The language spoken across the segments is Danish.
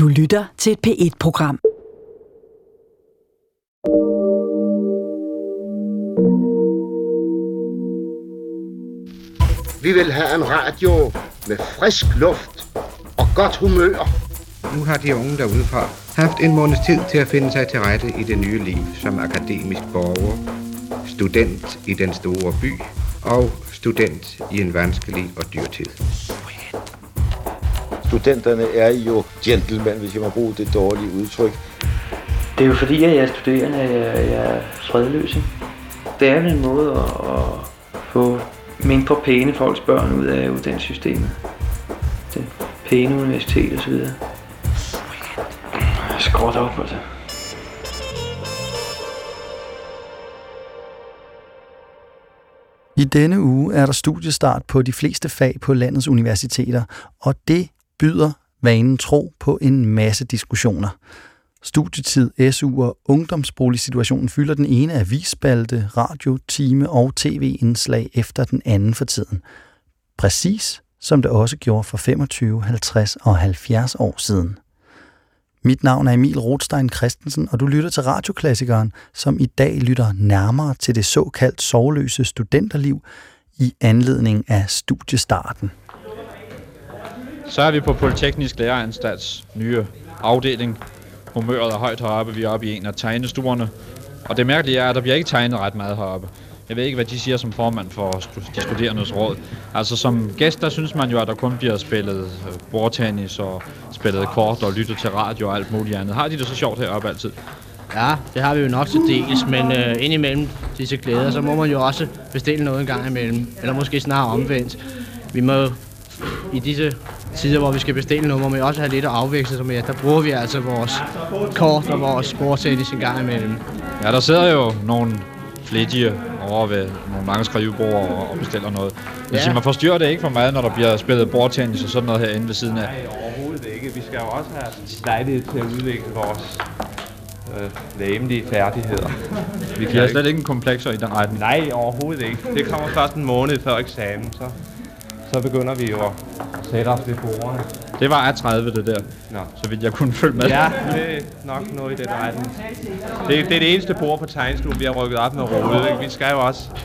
Du lytter til et P1-program. Vi vil have en radio med frisk luft og godt humør. Nu har de unge derudefra haft en måneds tid til at finde sig til rette i det nye liv som akademisk borger, student i den store by og student i en vanskelig og dyr tid. Studenterne er jo gentlemen, hvis jeg må bruge det dårlige udtryk. Det er jo fordi, at jeg er studerende, jeg er fredløs. Det er en måde at få mindre pæne folks børn ud af uddannelsessystemet. Det pæne universitet og så videre. Skråt op, altså. I denne uge er der studiestart på de fleste fag på landets universiteter, og det byder vanen tro på en masse diskussioner. Studietid, SU og ungdomsboligsituationen fylder den ene avisspalte, radio, time og tv-indslag efter den anden for tiden. Præcis som det også gjorde for 25, 50 og 70 år siden. Mit navn er Emil Rothstein Christensen, og du lytter til Radioklassikeren, som i dag lytter nærmere til det såkaldt sorgløse studenterliv i anledning af studiestarten. Så er vi på Polyteknisk Læreranstalts nye afdeling. Humøret er højt heroppe, vi er oppe i en af tegnestuerne. Og det mærkelige er, at der bliver ikke tegnet ret meget heroppe. Jeg ved ikke, hvad de siger som formand for de studerendes råd. Altså som gæst, der synes man jo, at der kun bliver spillet bordtennis og spillet kort og lyttet til radio og alt muligt andet. Har de det så sjovt heroppe altid? Ja, det har vi jo nok til dels, men indimellem disse glæder, så må man jo også bestille noget en gang imellem. Eller måske snarere omvendt. Vi må i disse tider, hvor vi skal bestille noget, må vi også have lidt at afveksle sig med. Der bruger vi altså vores kort og vores bordtennis en gang imellem. Ja, der sidder jo nogle flittige over ved nogle mange skrivebord og bestiller noget. Men ja. Man forstyrrer det ikke for meget, når der bliver spillet bordtennis og sådan noget herinde ved siden af? Nej, overhovedet ikke. Vi skal jo også have lejlighed til at udvikle vores lægemlige færdigheder. Vi har slet ikke en komplekser i den retning? Nej, overhovedet ikke. Det kommer først en måned før eksamen, så begynder vi jo at sætte os ved bordene. Det var A30 det der, så vidt jeg kunne følge med. Ja, det er nok noget i den retning. Det er det eneste bord på tegnestuen, vi har rykket op med rode. Vi skal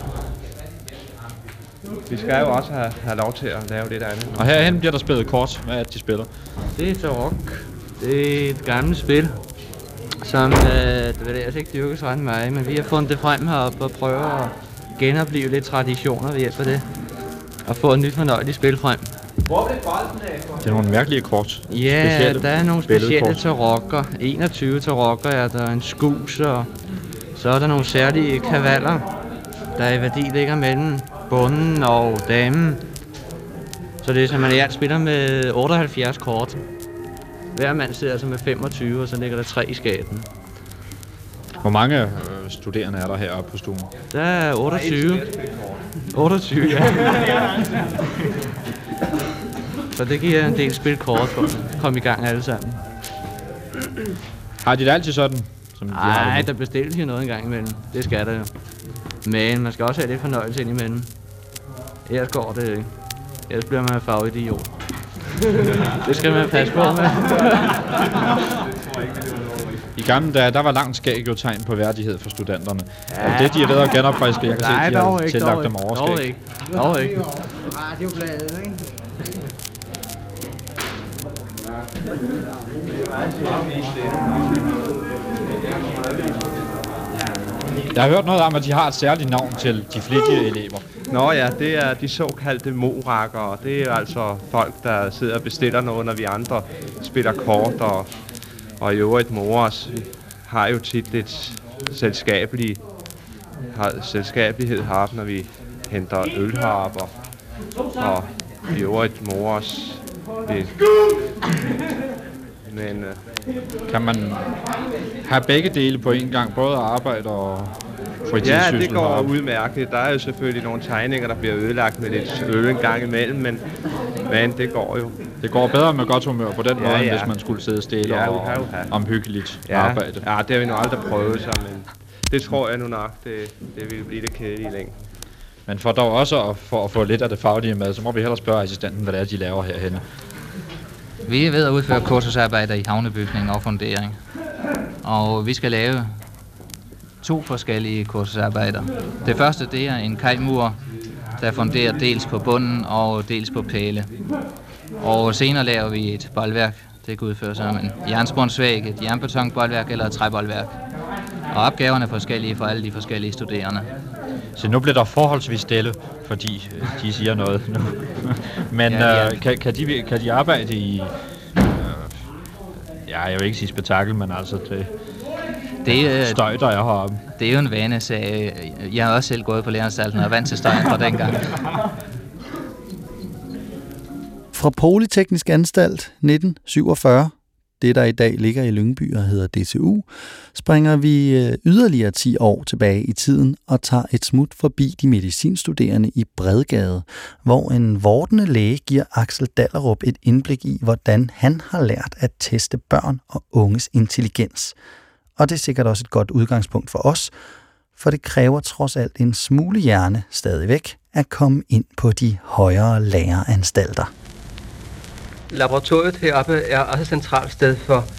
jo også have lov til at lave det andet. Og herhen bliver der spillet kort. Hvad er det, de spiller? Det er Tarok. Det er et gammelt spil, som det vil ellers ikke dyrkes ret meget, men vi har fundet det frem heroppe og prøver at genopleve lidt traditioner ved hjælp af det. Og få et nyt fornøjeligt spil frem. Hvor blev bolden af? Det er nogle mærkelige kort. Ja, der er nogle specielle tarokker. 21 tarokker er der, en skus, og så er der nogle særlige kavaller, der i værdi ligger mellem bunden og damen. Så det er, som man i alt spiller med 78 kort. Hver mand sidder altså med 25, og så ligger der 3 i skaben. Hvor mange studerende er der heroppe på stuen? Der er 28. 28, ja. Så det giver en del spil kort for at komme i gang alle sammen. Har de det altid sådan? Nej, der bestilles jo noget en gang imellem. Det skal der jo. Men man skal også have lidt fornøjelse ind imellem. Ellers går det ikke. Ellers bliver man fagidiot. Det skal man passe på med. I gamle dage, der var langt skæg jo tegn på værdighed for studenterne. Ja. Og det, de er ved at genopfriske, jeg kan se, de har tillagt dem overskæg. Dog ikke. Radiobladet, ikke? Jeg har hørt noget om, at de har et særligt navn til de flittige elever. Nå ja, det er de såkaldte morakkere. Det er altså folk, der sidder og bestiller noget, når vi andre spiller kort og i øvrigt mors har jo tit lidt selskabelighed heroppe, når vi henter øl heroppe, og i øvrigt mors. Men kan man have begge dele på en gang, både arbejde og fritidssyssel? Ja, det går udmærket. Der er jo selvfølgelig nogle tegninger, der bliver ødelagt med lidt øl en gang imellem, men det går jo. Det går bedre med godt humør på den måde, hvis man skulle sidde stille og omhyggeligt arbejde. Ja, det har vi nu aldrig prøvet så, men det tror jeg nu nok, det ville blive det kedelige længe. Men for dog også for at få lidt af det faglige med, så må vi hellere spørge assistenten, hvad det er, de laver herhenne. Vi er ved at udføre kursusarbejder i havnebygning og fundering. Og vi skal lave 2 forskellige kursusarbejder. Det første, det er en kajmur, der funderer dels på bunden og dels på pæle. Og senere laver vi et bolværk. Det kan udføres som en jernspånsvæg, et jernbetonbolværk eller et træbolværk. Og opgaverne er forskellige for alle de forskellige studerende. Så nu bliver der forholdsvis stille, fordi de siger noget nu. Men kan de arbejde i... jeg vil ikke sige spektakel, men altså det støj, der er heroppe. Det er jo en vanesag. Jeg har også selv gået på læreanstalten og er vant til støjen fra dengang. Fra Polyteknisk Anstalt 1947, det der i dag ligger i Lyngby og hedder DTU, springer vi yderligere 10 år tilbage i tiden og tager et smut forbi de medicinstuderende i Bredgade, hvor en vordende læge giver Axel Dallerup et indblik i, hvordan han har lært at teste børn og unges intelligens. Og det er sikkert også et godt udgangspunkt for os, for det kræver trods alt en smule hjerne stadigvæk at komme ind på de højere læreanstalter. Laboratoriet heroppe er også et centralt sted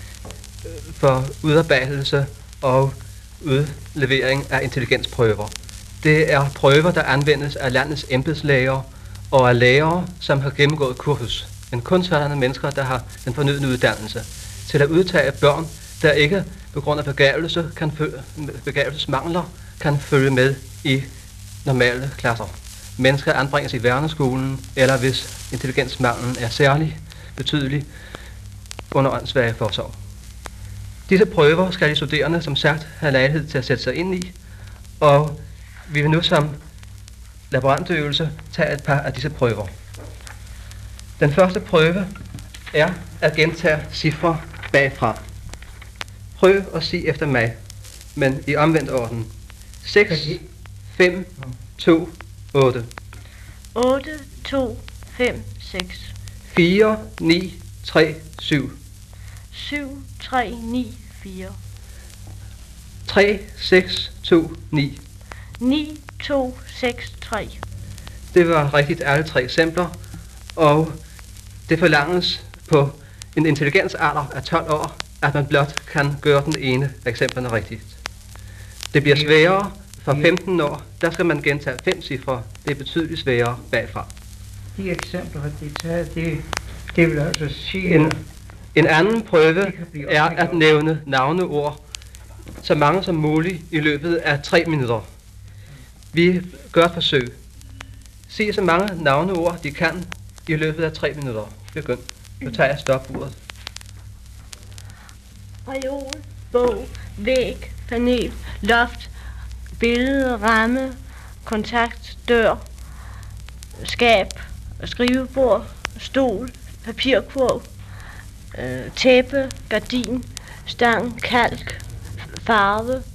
for udarbejdelse og udlevering af intelligensprøver. Det er prøver, der anvendes af landets embedslæger og af lærere, som har gennemgået kursus. Men kun sådanne mennesker, der har den fornødne uddannelse, til at udtage børn, der ikke på grund af begavelsesmangler kan følge med i normale klasser. Mennesker anbringes i værneskolen, eller hvis intelligensmanglen er særlig betydelig, under åndssvage forsorg. Disse prøver skal de studerende som sagt have lejlighed til at sætte sig ind i, og vi vil nu som laborantøvelse tage et par af disse prøver. Den første prøve er at gentage cifre bagfra. Prøv at sige efter mig, men i omvendt orden. 6, 5, 2, 8. 8, 2, 5, 6. 4, 9, 3, 7. 7, 3, 9, 4. 3, 6, 2, 9. 9, 2, 6, 3. Det var rigtigt alle 3 eksempler, og det forlanges på en intelligensalder af 12 år, at man blot kan gøre den ene af eksemplerne rigtigt. Det bliver sværere for 15 år, der skal man gentage 5 cifre. Det er betydeligt sværere bagfra. De eksempler, de tager, det vil altså sige... En anden prøve er at nævne navneord så mange som muligt i løbet af 3 minutter. Vi gør et forsøg. Sig så mange navneord de kan i løbet af 3 minutter. Begynd. Nu tager jeg stopuret. Reol, bog, væg, panel, loft, billede, ramme, kontakt, dør, skab, skrivebord, stol, papirkurv, tæppe, gardin, stang, kalk, farve,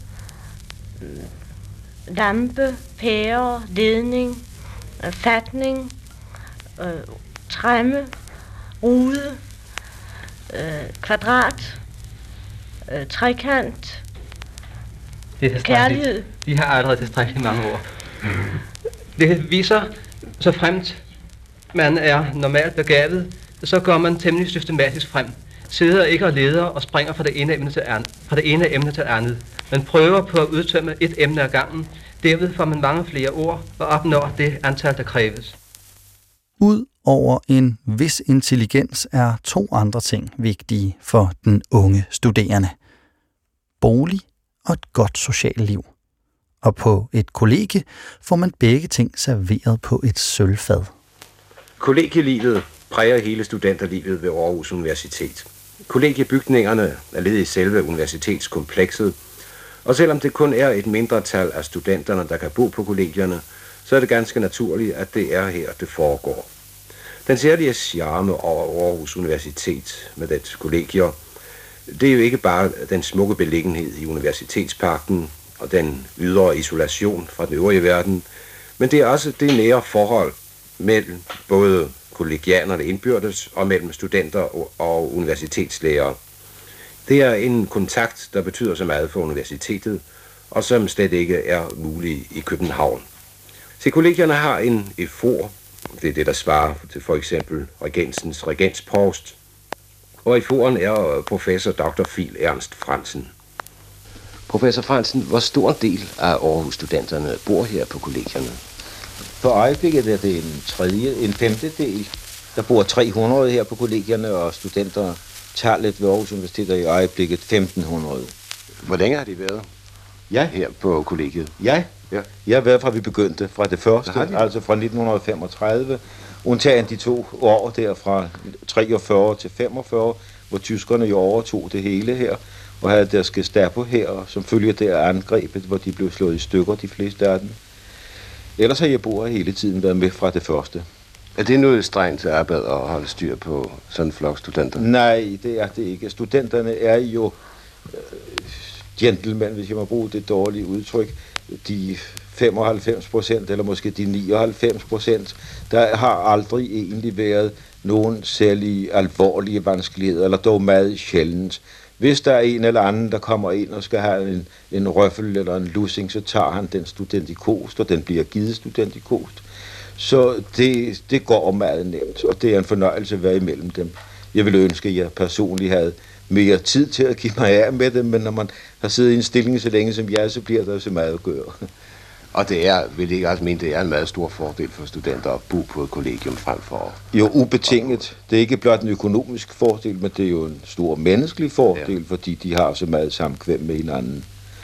lampe, pære, ledning, fatning, træmme, rude, kvadrat, trekant, kærlighed. De har allerede tilstrækkeligt mange ord. Det viser, så fremt man er normalt begavet, så går man temmelig systematisk frem. Sidder ikke og leder og springer fra det ene emne til andet. Man prøver på at udtømme et emne ad gangen. Derved får man mange flere ord og opnår det antal, der kræves. Ud over en vis intelligens er 2 andre ting vigtige for den unge studerende. Bolig og et godt socialt liv. Og på et kollegie får man begge ting serveret på et sølvfad. Kollegielivet præger hele studenterlivet ved Aarhus Universitet. Kollegiebygningerne er led i selve universitetskomplekset, og selvom det kun er et mindretal af studenterne, der kan bo på kollegierne, så er det ganske naturligt, at det er her, det foregår. Den særlige charme over Aarhus Universitet med dets kollegier, det er jo ikke bare den smukke beliggenhed i Universitetsparken og den ydre isolation fra den øvrige verden, men det er også det nære forhold mellem både kollegianerne indbyrdes og mellem studenter og universitetslærere. Det er en kontakt, der betyder så meget for universitetet, og som slet ikke er mulig i København. Så kollegierne har en efor, det er det, der svarer til for eksempel regensens regenspost, Og i foren er professor Dr. Phil Ernst Fransen. Professor Fransen, hvor stor en del af Aarhus-studenterne bor her på kollegierne? For øjeblikket er det en femtedel. Der bor 300 her på kollegierne, og studenter tallet ved Aarhus Universitet er i øjeblikket 1500. Hvor længe har de været? Ja. Her på kollegiet? Ja. Jeg har været fra vi begyndte, fra det første, altså fra 1935, undtagen de 2 år der fra 43 til 45, hvor tyskerne jo overtog det hele her, og havde deres Gestapo her, som følge der angrebet, hvor de blev slået i stykker, de fleste af dem. Ellers har jeg boet hele tiden været med fra det første. Er det noget strengt arbejde at holde styr på sådan en flok studenter? Nej, det er det ikke. Studenterne er jo gentlemen, hvis jeg må bruge det dårlige udtryk. De 95%, eller måske de 99%, der har aldrig egentlig været nogen særlig alvorlige vanskeligheder, eller dog meget sjældent. Hvis der er en eller anden, der kommer ind og skal have en røffel eller en lussing, så tager han den studentikost, og den bliver givet studentikost. Så det går meget nemt, og det er en fornøjelse at være imellem dem. Jeg ville ønske, at jeg personligt havde mere tid til at give mig af med dem, men når man har siddet i en stilling så længe som jeg, så bliver der så meget at gøre. Og det er, vil ikke også mene, det er en meget stor fordel for studenter at bo på et kollegium frem for... Jo, ubetinget. Det er ikke blot en økonomisk fordel, men det er jo en stor menneskelig fordel, fordi de har så meget samkvem med hinanden.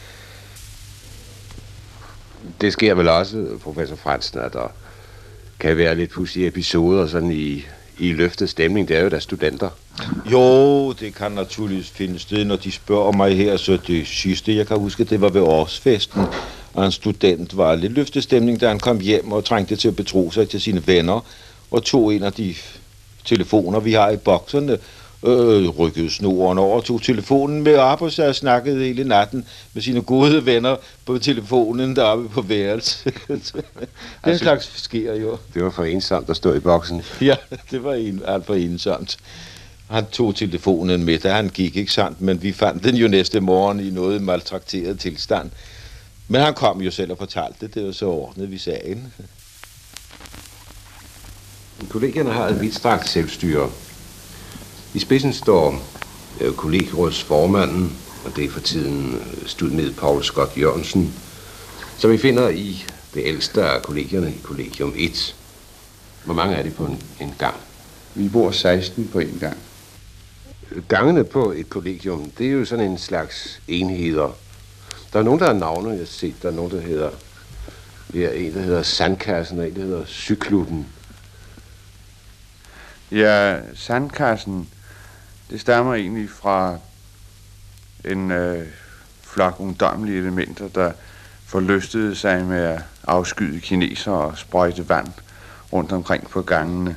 Det sker vel også, professor Fransen, at der kan være lidt pudsige episoder sådan i løftet stemning. Det er jo der studenter. Jo, det kan naturligvis finde sted, når de spørger mig her, så det sidste, jeg kan huske, det var ved årsfesten. Og en student var lidt løftestemning, da han kom hjem og trængte til at betro sig til sine venner, og tog en af de telefoner, vi har i bokserne, rykkede snoren over, tog telefonen med op og så snakkede hele natten med sine gode venner på telefonen deroppe på værelset. Den slags sker jo. Det var for ensomt at stå i boksen. Ja, det var alt for ensomt. Han tog telefonen med, da han gik, ikke sandt, men vi fandt den jo næste morgen i noget maltrakteret tilstand. Men han kom jo selv og fortalte det, og så ordnede vi sagen. Kollegierne har et vidtstrakt selvstyre. I spidsen står kollegierådsformanden, og det er for tiden studmed Paul Scott Jørgensen, som vi finder i det ældste af kollegierne i kollegium 1. Hvor mange er det på en gang? Vi bor 16 på en gang. Gangene på et kollegium, det er jo sådan en slags enheder. Der er nogen, der har navne, jeg har set. Der er nogen, der hedder... Ja, en, der hedder Sandkassen, og en, der hedder Syklubben. Ja, Sandkassen, det stammer egentlig fra en flok ungdommelige elementer, der forlystede sig med at afskyde kinesere og sprøjte vand rundt omkring på gangene.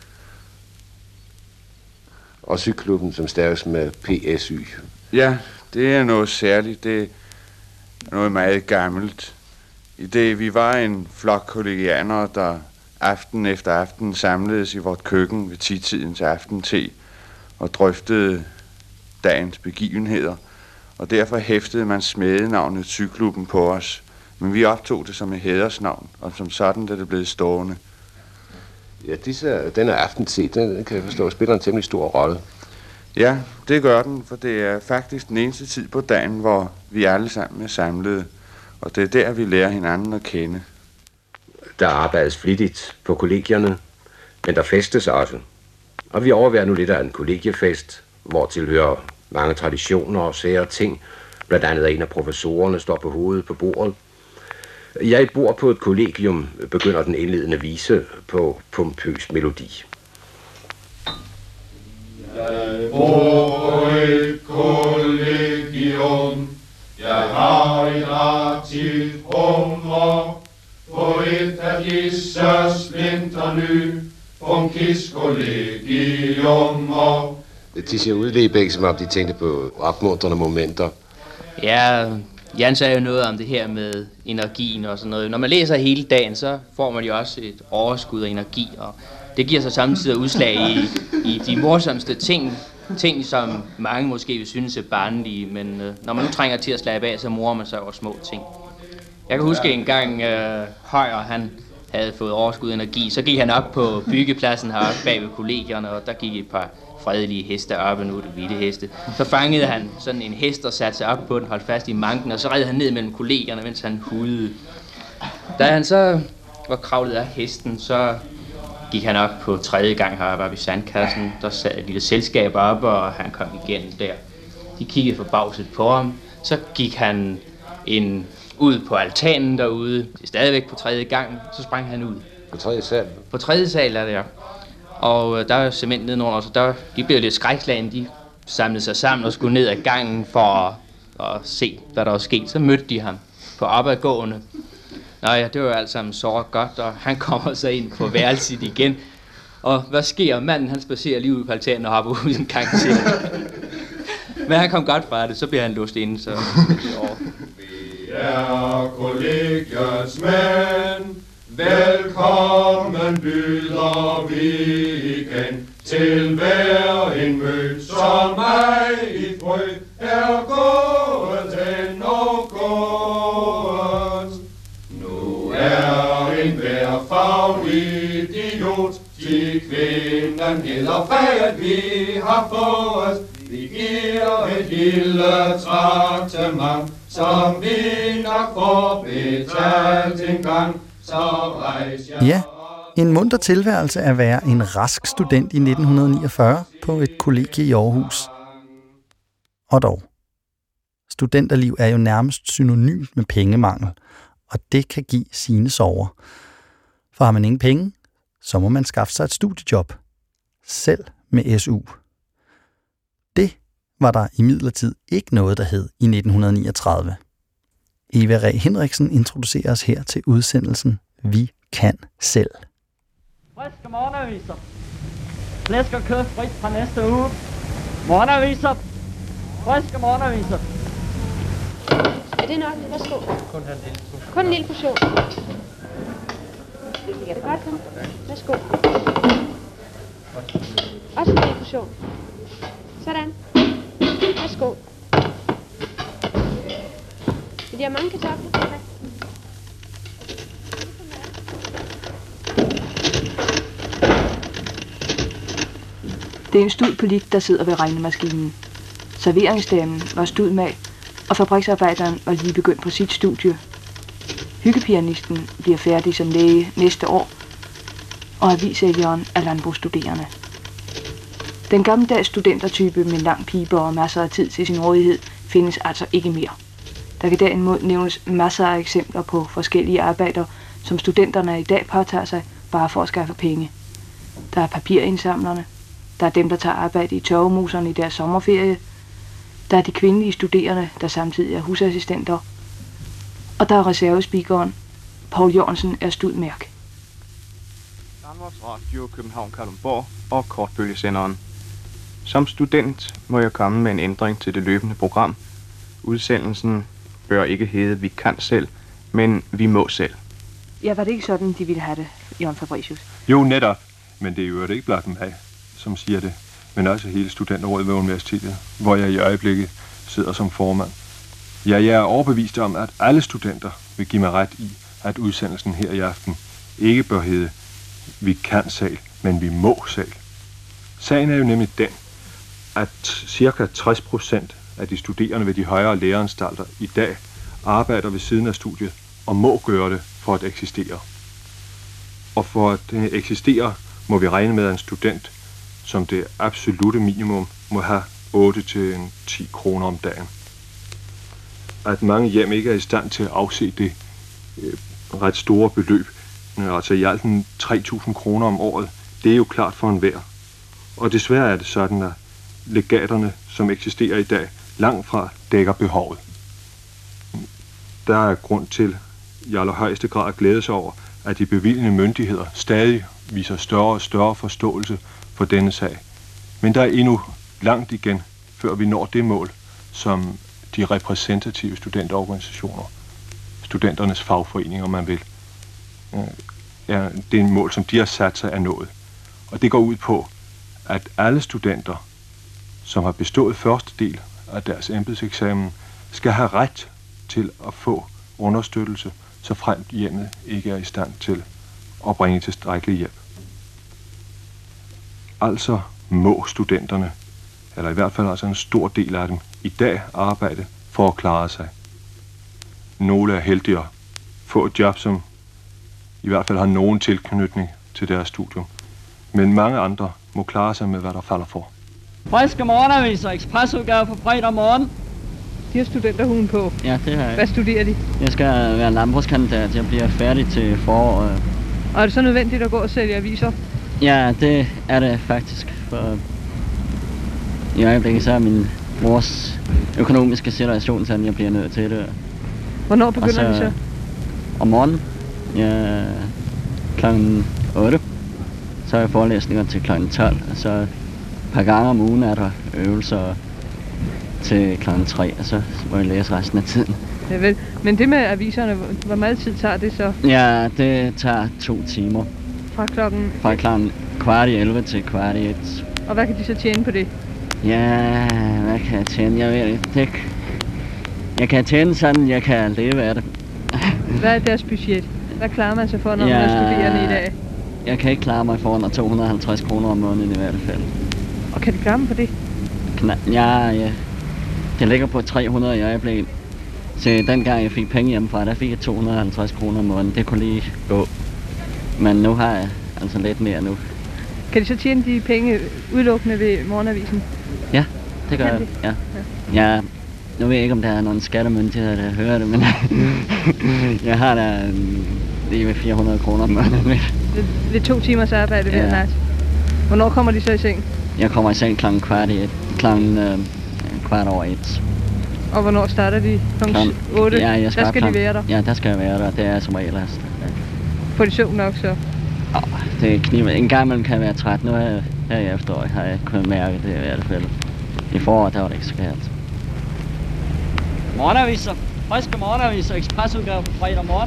Og Syklubben, som staves med PSY. Ja, det er noget særligt. Det er noget meget gammelt. I det vi var en flok kollegianere, der aften efter aften samledes i vort køkken ved 10-tiden til aftente og drøftede dagens begivenheder, og derfor hæftede man smædenavnet Syklubben på os, men vi optog det som et hædersnavn, og som sådan er det blevet stående. Ja, denne aftente, den kan jeg forstå, spiller en temmelig stor rolle. Ja, det gør den, for det er faktisk den eneste tid på dagen, hvor vi alle sammen er samlede, og det er der, vi lærer hinanden at kende. Der arbejdes flittigt på kollegierne, men der festes også. Og vi overværer nu lidt af en kollegiefest, hvor tilhører mange traditioner og sære ting. Blandt andet en af professorerne står på hovedet på bordet. Jeg bor på et kollegium, begynder den indledende vise på pompøs melodi. Jeg bor et kollegium, jeg har et aktivt hummer, på et af disse splinterny funkiskollegiummer. De ser ud, Lebæk, som om de tænkte på opmuntrende momenter. Ja, Jan sagde jo noget om det her med energien og sådan noget. Når man læser hele dagen, så får man jo også et overskud af energi, og det giver sig samtidig udslag i de morsomste ting, som mange måske vil synes er barnlige, men når man nu trænger til at slappe af, så morer man sig over små ting. Jeg kan huske en gang Højer, han havde fået overskud af energi, så gik han op på byggepladsen heroppe bag ved kollegierne, og der gik et par fredelige heste oppe, nu er det vilde heste. Så fangede han sådan en hest og satte sig op på den, holdt fast i manken, og så red han ned mellem kollegerne, mens han hudede. Da han så var kravlet af hesten, så gik han op på 3. gang heroppe i sandkassen. Der sad et lille selskab oppe, og han kom igennem der. De kiggede forbavset på ham. Så gik han ud på altanen derude. Det er stadigvæk på 3. gang, så sprang han ud. På 3. sal? På 3. sal er det, ja. Og der er cement nedenunder, så de blev lidt skrækslagne. De samlede sig sammen og skulle ned ad gangen for at se, hvad der var sket. Så mødte de ham på opadgående. Nå ja, det var jo alt sammen så godt, og han kommer så ind på værelset igen. Og hvad sker? Manden, han spacerer lige ud på altanen og hopper ud en gang til. Men han kom godt fra det, så bliver han låst inde, så... Vi er kollegiets mænd, velkommen byder vi igen til hver en mød, som mig i frø er gået den og gået. Nu er en hver faglig idiot, til kvinden hedder faget vi har fået. Vi giver et lille traktement, som vi nok får betalt en gang, så rejser jeg. Ja, en munter tilværelse at være en rask student i 1949 på et kollegie i Aarhus. Og dog. Studenterliv er jo nærmest synonymt med pengemangel, og det kan give sine sorger. For har man ingen penge, så må man skaffe sig et studiejob. Selv med SU. Det var der imidlertid ikke noget, der hed i 1939. Eva Ræ Henriksen introducerer os her til udsendelsen Vi kan selv. Friske morgenaviser. Flæsk og kød frit fra næste uge. Morgenaviser. Friske morgenaviser. Er det nok? Værsgo. Kun en lille portion. Det er godt, kun. Værsgo. Også en lille portion. Sådan. Værsgo. Vil de have mange kartofler? Okay. Det er en studpolit, der sidder ved regnemaskinen. Serveringsdamen var studmag, og fabriksarbejderen var lige begyndt på sit studie. Hyggepianisten bliver færdig som læge næste år, og avissælgeren er landbrugsstuderende. Den gammeldags studentertype med lang pibe og masser af tid til sin rådighed findes altså ikke mere. Der kan derimod nævnes masser af eksempler på forskellige arbejder, som studenterne i dag påtager sig bare for at skaffe penge. Der er papirindsamlerne, der er dem, der tager arbejde i tørvemuserne i deres sommerferie, der er de kvindelige studerende, der samtidig er husassistenter, og der er reservespeakeren. Poul Jørgensen er studmærk. Danmarks Radio, København, Kalundborg og kortbølgesenderen. Som student må jeg komme med en ændring til det løbende program. Udsendelsen bør ikke hedde Vi kan selv, men Vi må selv. Ja, var det ikke sådan, de ville have det, Jørgen Fabricius? Jo, netop. Men det er jo ikke blot mig, som siger det, men også hele studenterrådet ved universitetet, hvor jeg i øjeblikket sidder som formand. Ja, jeg er overbevist om, at alle studenter vil give mig ret i, at udsendelsen her i aften ikke bør hedde Vi kan selv, men Vi må selv. Sagen er jo nemlig den, at ca. 60% af de studerende ved de højere læreanstalter i dag arbejder ved siden af studiet og må gøre det for at eksistere. Og for at eksistere må vi regne med, at en student som det absolute minimum må have 8-10 kroner om dagen. At mange hjem ikke er i stand til at afse det ret store beløb, altså i alt 3.000 kroner om året, det er jo klart for enhver. Og desværre er det sådan, at legaterne, som eksisterer i dag, langt fra dækker behovet. Der er grund til i allerhøjeste grad at glæde sig over, at de bevilgende myndigheder stadig viser større og større forståelse for denne sag. Men der er endnu langt igen, før vi når det mål, som de repræsentative studenterorganisationer, studenternes fagforeninger, man vil, det er en mål, som de har sat sig af nået. Og det går ud på, at alle studenter, som har bestået første del af deres embedseksamen, skal have ret til at få understøttelse, så fremt hjemmet ikke er i stand til at bringe tilstrækkelig hjælp. Altså må studenterne, eller i hvert fald altså en stor del af dem, i dag arbejde for at klare sig. Nogle er heldige at få et job, som i hvert fald har nogen tilknytning til deres studium. Men mange andre må klare sig med, hvad der falder for. Friske morgenaviser, ekspresudgave på fredag morgen. De har studenterhuen på. Ja, det har jeg. Hvad studerer de? Jeg skal være landbrugskandidat. Jeg bliver færdig til foråret. Og er det så nødvendigt at gå og sælge aviser? Ja, det er det faktisk. For i øjeblikket så er min mors økonomiske situation, så jeg bliver nødt til det. Hvornår begynder de så? Om morgenen. Ja, klokken 8. Så er jeg forelæsninger til klokken 12. Og så et par gange om ugen er der øvelser til klokken 3. Og så må jeg læse resten af tiden. Ja, vel. Men det med aviserne, hvor meget tid tager det så? Ja, det tager 2 timer. Fra klokken? Fra klokken 11:15 til 12:15. Og hvad kan de så tjene på det? Ja, hvad kan jeg tjene? Jeg ved det. Jeg kan tjene sådan, jeg kan leve af det. Hvad er deres budget? Hvad klarer man sig for, når man er studerende i dag? Jeg kan ikke klare mig for under 250 kroner om måneden i hvert fald. Og kan de klare mig for det? Ja. Det ligger på 300 i øjeblikket. Så dengang jeg fik penge hjemmefra, der fik jeg 250 kroner om måneden. Det kunne lige gå. Men nu har jeg altså lidt mere nu. Kan de så tjene de penge udelukkende ved morgenavisen? Ja, det gør jeg. Ja. Nu ved jeg ikke, om der er nogen skattemyndigheder, der hører det, men jeg har da lige ved 400 kroner om måneden. Ved 2 timers arbejde hver nat. Hvornår kommer de så i seng? Jeg kommer i seng klokken 1:15. Og hvornår starter de? Klokken 8? Ja, der skal de være der? Ja, der skal jeg være der. Det er som regel. Får de søvn nok så? Det er kniver. En gang imellem kan jeg være træt. Nu her i efteråret har jeg kunnet mærke det i hvert fald. I foråret, der var det ikke så galt. Morgenaviser. Friske morgenaviser. Ekspresudgave på fredag morgen.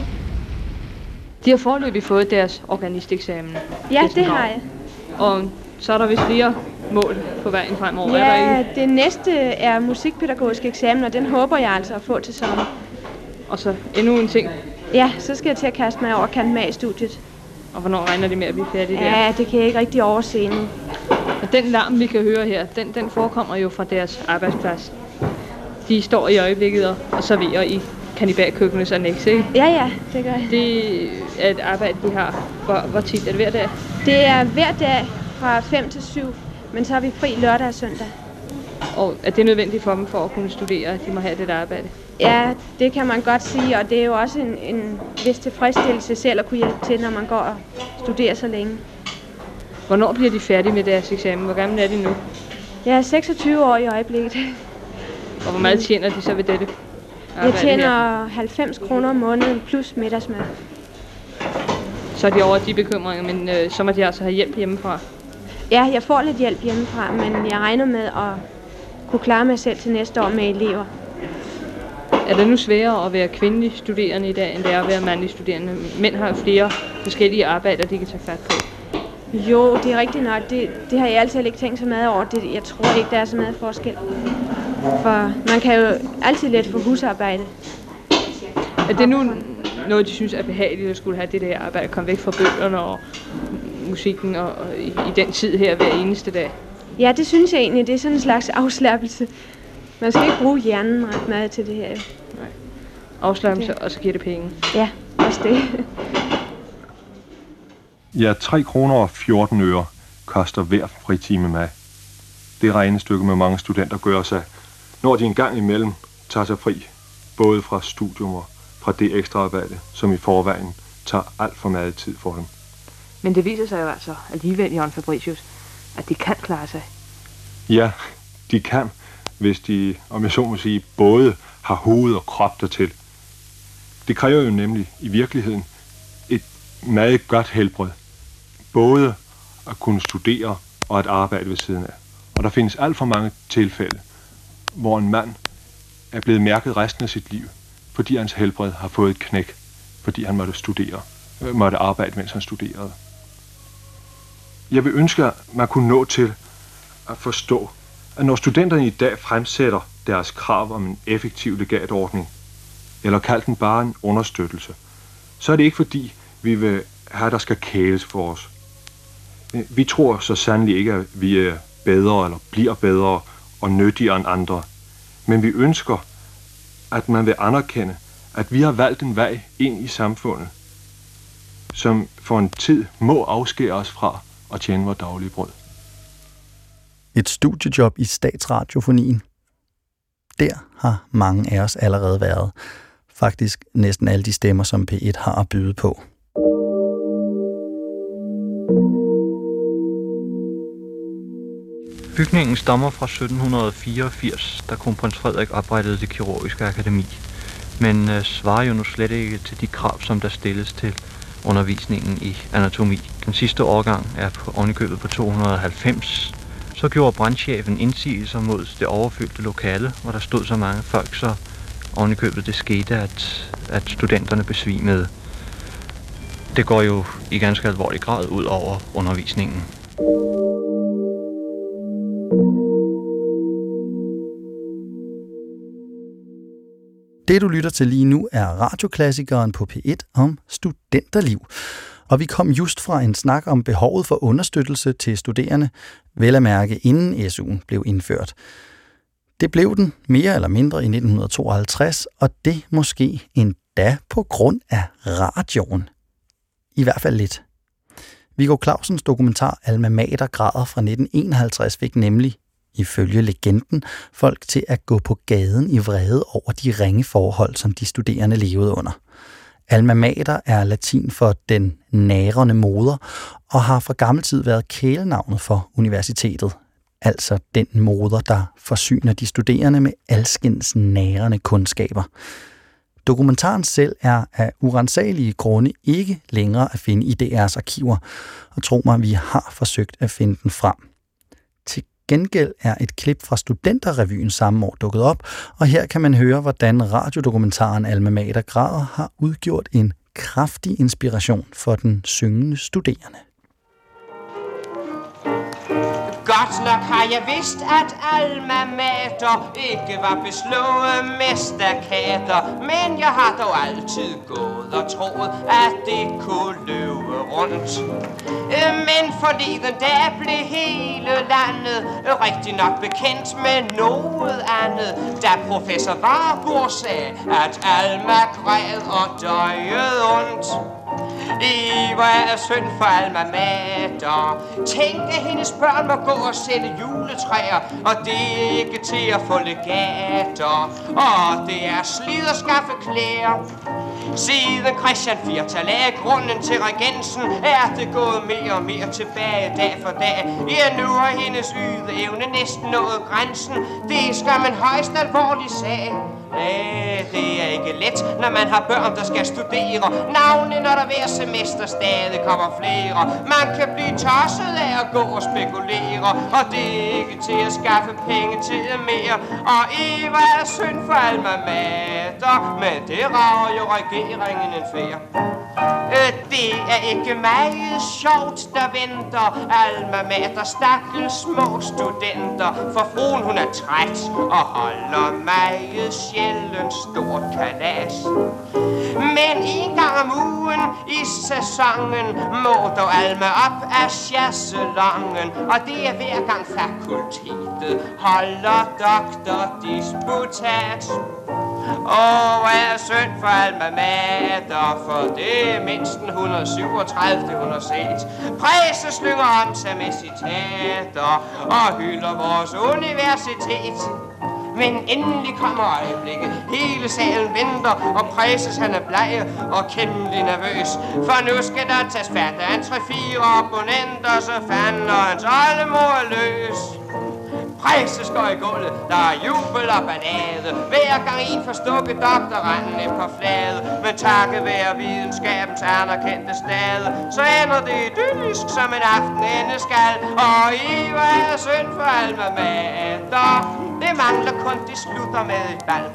De har foreløbig fået deres organisteksamen. Ja, det har jeg. Og så er der vist flere mål på vejen fremover. Ja, er der ikke? Det næste er musikpædagogisk eksamen, og den håber jeg altså at få til sommer. Og så endnu en ting. Ja, så skal jeg til at kaste mig over kant-mag-studiet. Og hvornår regner de med at blive færdige der? Ja, det kan jeg ikke rigtig overse nu. Og den larm, vi kan høre her, den forekommer jo fra deres arbejdsplads. De står i øjeblikket og serverer i kannibalkøkkenets annex, ikke? Ja, det gør jeg. Det er et arbejde, de har. Hvor tit er det hver dag? Det er hver dag fra 5 til 7, men så har vi fri lørdag og søndag. Og er det nødvendigt for dem for at kunne studere, at de må have det arbejde? Ja, det kan man godt sige, og det er jo også en vis tilfredsstillelse selv at kunne hjælpe til, når man går og studerer så længe. Hvornår bliver de færdige med deres eksamen? Hvor gammel er de nu? Jeg er 26 år i øjeblikket. Og hvor meget tjener de så ved dette arbejde? Jeg tjener 90 kroner om måneden plus middagsmad. Så er de over de bekymringer, men så må de altså have hjælp hjemmefra? Ja, jeg får lidt hjælp hjemmefra, men jeg regner med at kunne klare mig selv til næste år med elever. Er det nu sværere at være kvindelig studerende i dag, end det er at være mandlig studerende? Mænd har jo flere forskellige arbejder, de kan tage fat på. Jo, det er rigtigt nok. Det har jeg altid ikke tænkt så meget over. Jeg tror ikke, der er så meget forskel. For man kan jo altid let få husarbejde. Er det nu noget, de synes er behageligt at skulle have det der arbejde, komme væk fra bøgerne og musikken og i den tid her hver eneste dag? Ja, det synes jeg egentlig. Det er sådan en slags afslappelse. Man skal ikke bruge hjernen ret meget til det her. Nej. Afslappelse, og så giver det penge. Ja, også det. Ja, 3 kroner og 14 øre koster hver fritime med. Det regnestykke med mange studenter gør sig, når de en gang imellem tager sig fri, både fra studium og fra det ekstraarbejde, som i forvejen tager alt for meget tid for dem. Men det viser sig jo altså alligevel, Jørgen Fabricius, at de kan klare sig. Ja, de kan, hvis de, om jeg så må sige, både har hoved og krop dertil. Det kræver jo nemlig i virkeligheden et meget godt helbred. Både at kunne studere og at arbejde ved siden af. Og der findes alt for mange tilfælde, hvor en mand er blevet mærket resten af sit liv, fordi hans helbred har fået et knæk, fordi han måtte arbejde, mens han studerede. Jeg vil ønske, at man kunne nå til at forstå, at når studenterne i dag fremsætter deres krav om en effektiv legatordning, eller kaldt den bare en understøttelse, så er det ikke fordi, vi vil have, der skal kæles for os. Vi tror så sandelig ikke, at vi er bedre eller bliver bedre og nyttigere end andre. Men vi ønsker, at man vil anerkende, at vi har valgt en vej ind i samfundet, som for en tid må afskære os fra at tjene vores daglige brød. Et studiejob i statsradiofonien. Der har mange af os allerede været. Faktisk næsten alle de stemmer, som P1 har at byde på. Bygningen stammer fra 1784, da kronprins Frederik oprettede det kirurgiske akademi, men svarer jo nu slet ikke til de krav, som der stilles til undervisningen i anatomi. Den sidste årgang er ovenikøbet på 290. Så gjorde brandchefen indsigelser mod det overfyldte lokale, hvor der stod så mange folk, så ovenikøbet det skete, at studenterne besvimede. Det går jo i ganske alvorlig grad ud over undervisningen. Det, du lytter til lige nu, er radioklassikeren på P1 om studenterliv. Og vi kom just fra en snak om behovet for understøttelse til studerende, vel at mærke inden SU'en blev indført. Det blev den mere eller mindre i 1952, og det måske endda på grund af radioen. I hvert fald lidt. Viggo Clausens dokumentar Alma Mater græder fra 1951 fik nemlig, ifølge legenden, folk til at gå på gaden i vrede over de ringe forhold, som de studerende levede under. Alma Mater er latin for den nærende moder, og har fra gammel tid været kælenavnet for universitetet. Altså den moder, der forsyner de studerende med alskens nærende kundskaber. Dokumentaren selv er af uransagelige grunde ikke længere at finde i DR's arkiver, og tro mig, vi har forsøgt at finde den frem. Til gengæld er et klip fra Studenterrevyen samme år dukket op, og her kan man høre, hvordan radiodokumentaren Alma Mater græder har udgjort en kraftig inspiration for den syngende studerende. Godt nok har jeg vidst, at Alma Mater ikke var beslået med stakater, men jeg har dog altid gået og troet, at det kunne løbe rundt. Men forleden dag blev hele landet rigtig nok bekendt med noget andet, da professor Warburg sagde, at Alma græd og døjede ondt. Hvor er synd for Alma Mater. Tænk, at hendes børn må gå og sælge juletræer, og det er ikke til at få legater, og det er slid at skaffe klæder. Siden Christian 4. lagde grunden til regensen, er det gået mere og mere tilbage dag for dag. Ja, nu har hendes ydeevne næsten nået grænsen. Det skal man højst alvorligt sag. Det er ikke let, når man har børn, der skal studere. Navnlig når der hver semester stadig kommer flere. Man kan blive tosset af at gå og spekulere, og det er ikke til at skaffe penge til mere. Og Eva er synd for Alma Mater, men det rager jo regeringen en fjer. Det er ikke meget sjovt, der venter Alma Mater, stakkels små studenter. For fruen hun er træt og holder meget sjældent stort kalas. Men en gang om ugen i sæsonen må dog Alma op af chasselongen, og det er hver gang fakultetet holder doktordisputat. Er synd for Alma Mater, for det er mindst 137, hun har set. Præse slynger om sig med citater og hylder vores universitet. Men endelig kommer øjeblikket. Hele salen venter, og Præses han er bleg og kendelig nervøs. For nu skal der tages fat af en 3-4 abonnenter, så fanden og hans oldemor er løs. Præses går i gulvet, der er jubel og ballade. Hver gang en får stukket doktoranden et par flade. Men takket være videnskabens anerkendte stade, så ender det idyllisk som en aften ende skal. Og Eva er synd for Alma Mater. Det mangler kun, det slutter med et bal.